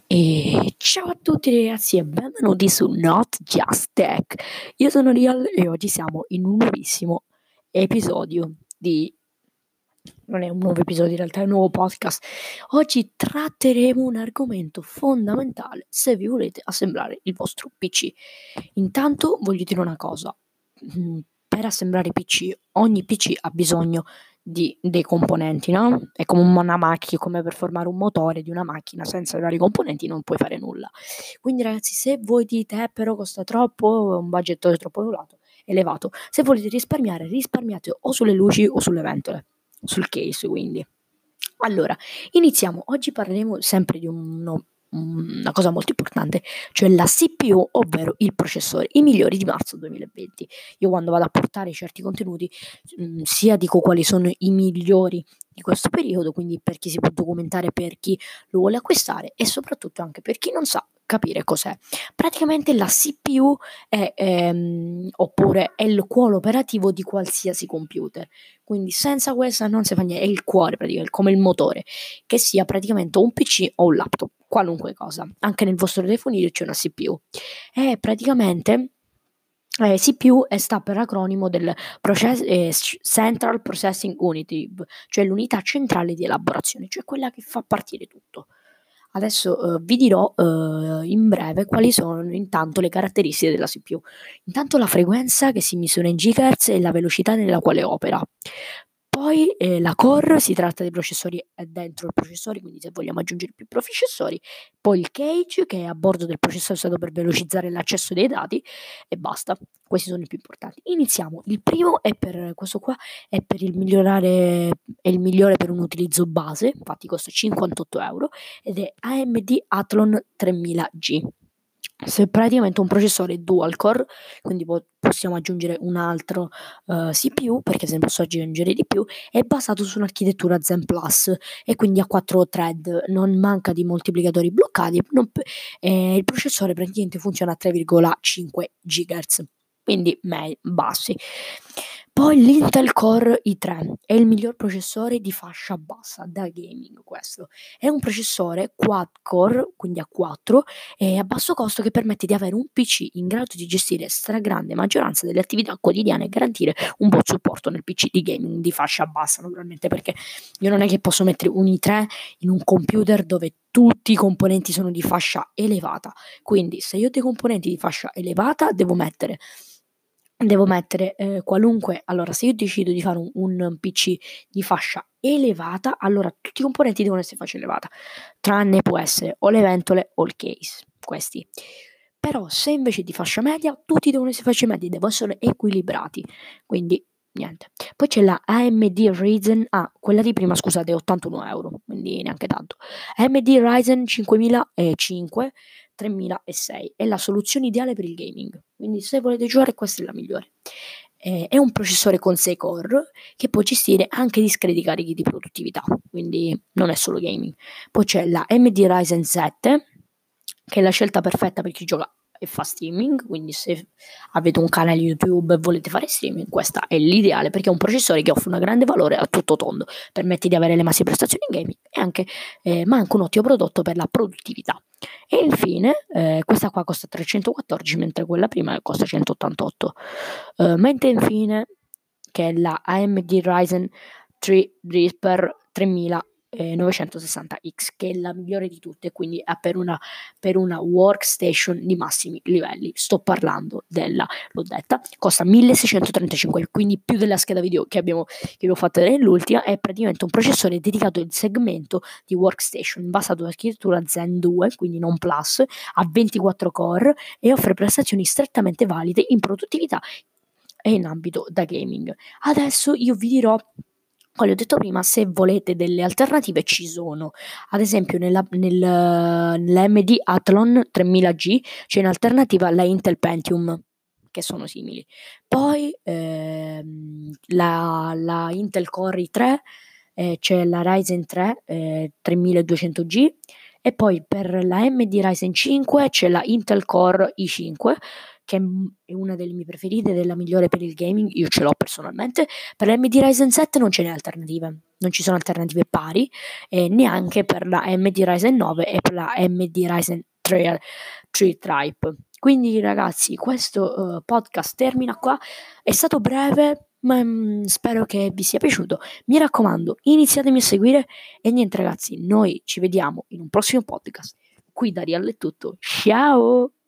E ciao a tutti ragazzi e benvenuti su Not Just Tech. Io sono Real e oggi siamo in un nuovissimo episodio di... Non è un nuovo episodio in realtà, è un nuovo podcast. Oggi tratteremo un argomento fondamentale se vi volete assemblare il vostro PC. Intanto voglio dire una cosa. Per assemblare PC, ogni PC ha bisogno di dei componenti, no? È come una macchina, come per formare un motore di una macchina, senza i vari componenti non puoi fare nulla. Quindi ragazzi, se voi dite però costa troppo, è un budget troppo elevato, se volete risparmiare, risparmiate o sulle luci o sulle ventole, sul case quindi. Allora, iniziamo. Oggi parleremo sempre di una cosa molto importante, cioè la CPU, ovvero il processore, i migliori di marzo 2020. Io quando vado a portare certi contenuti, sia dico quali sono i migliori di questo periodo, quindi per chi si può documentare, per chi lo vuole acquistare e soprattutto anche per chi non sa capire cos'è. Praticamente la CPU oppure è il cuore operativo di qualsiasi computer, quindi senza questa non si fa niente, è il cuore praticamente, come il motore, che sia praticamente un PC o un laptop, qualunque cosa. Anche nel vostro telefonino c'è una CPU. È praticamente CPU sta per acronimo del Central Processing Unit, cioè l'unità centrale di elaborazione, cioè quella che fa partire tutto. Adesso vi dirò in breve quali sono intanto le caratteristiche della CPU. Intanto la frequenza che si misura in GHz e la velocità nella quale opera. Poi la core, si tratta dei processori dentro il processore, quindi se vogliamo aggiungere più processori. Poi il cage, che è a bordo del processore, usato per velocizzare l'accesso dei dati e basta. Questi sono i più importanti. Iniziamo. Il primo è per questo qua, è per il migliorare, è il migliore per un utilizzo base, infatti costa 58 euro ed è AMD Athlon 3000G. Se praticamente un processore dual core, quindi possiamo aggiungere un altro CPU, perché se ne posso aggiungere di più, è basato su un'architettura Zen Plus e quindi ha 4 thread, non manca di moltiplicatori bloccati, il processore praticamente funziona a 3,5 GHz, quindi bassi. Poi l'Intel Core i3 è il miglior processore di fascia bassa da gaming, questo. È un processore quad-core, quindi a 4, e a basso costo, che permette di avere un PC in grado di gestire stragrande maggioranza delle attività quotidiane e garantire un buon supporto nel PC di gaming di fascia bassa, naturalmente, perché io non è che posso mettere un i3 in un computer dove tutti i componenti sono di fascia elevata. Quindi se io ho dei componenti di fascia elevata devo mettere qualunque. Allora, se io decido di fare un PC di fascia elevata, allora tutti i componenti devono essere fascia elevata, tranne può essere o le ventole o il case, questi. Però se invece di fascia media, tutti devono essere fasce medie, devono essere equilibrati, quindi niente. Poi c'è la AMD Ryzen, quella di prima scusate, 81 euro, quindi neanche tanto. AMD Ryzen 5005 3006 è la soluzione ideale per il gaming, quindi se volete giocare questa è la migliore. È un processore con 6 core che può gestire anche discreti carichi di produttività, quindi non è solo gaming. Poi c'è la AMD Ryzen 7, che è la scelta perfetta per chi gioca e fa streaming, quindi se avete un canale YouTube e volete fare streaming, questa è l'ideale, perché è un processore che offre un grande valore a tutto tondo, permette di avere le massime prestazioni in gaming e anche ma anche un ottimo prodotto per la produttività. E infine questa qua costa 314, mentre quella prima costa 188. Mentre infine, che è la AMD Ryzen 3 Reaper 3960X, che è la migliore di tutte, quindi è per una workstation di massimi livelli. Sto parlando l'ho detta, costa 1635, quindi più della scheda video che vi ho fatto nell'ultima. È praticamente un processore dedicato al segmento di workstation, basato sull'architettura Zen 2, quindi non Plus, ha 24 core e offre prestazioni strettamente valide in produttività e in ambito da gaming. Adesso io vi dirò, come ho detto prima, se volete delle alternative ci sono. Ad esempio nell'AMD Athlon 3000G c'è in alternativa la Intel Pentium, che sono simili. Poi la Intel Core i3, c'è la Ryzen 3 3200G, e poi per la AMD Ryzen 5 c'è la Intel Core i5, che è una delle mie preferite ed è la migliore per il gaming, io ce l'ho personalmente. Per l'AMD Ryzen 7 non ce n'è alternative, non ci sono alternative pari, neanche per la AMD Ryzen 9 e per la AMD Ryzen 3 Tribe. Quindi ragazzi, questo podcast termina qua, è stato breve, ma spero che vi sia piaciuto. Mi raccomando, iniziatemi a seguire e niente ragazzi, noi ci vediamo in un prossimo podcast. Qui da Rial è tutto, ciao!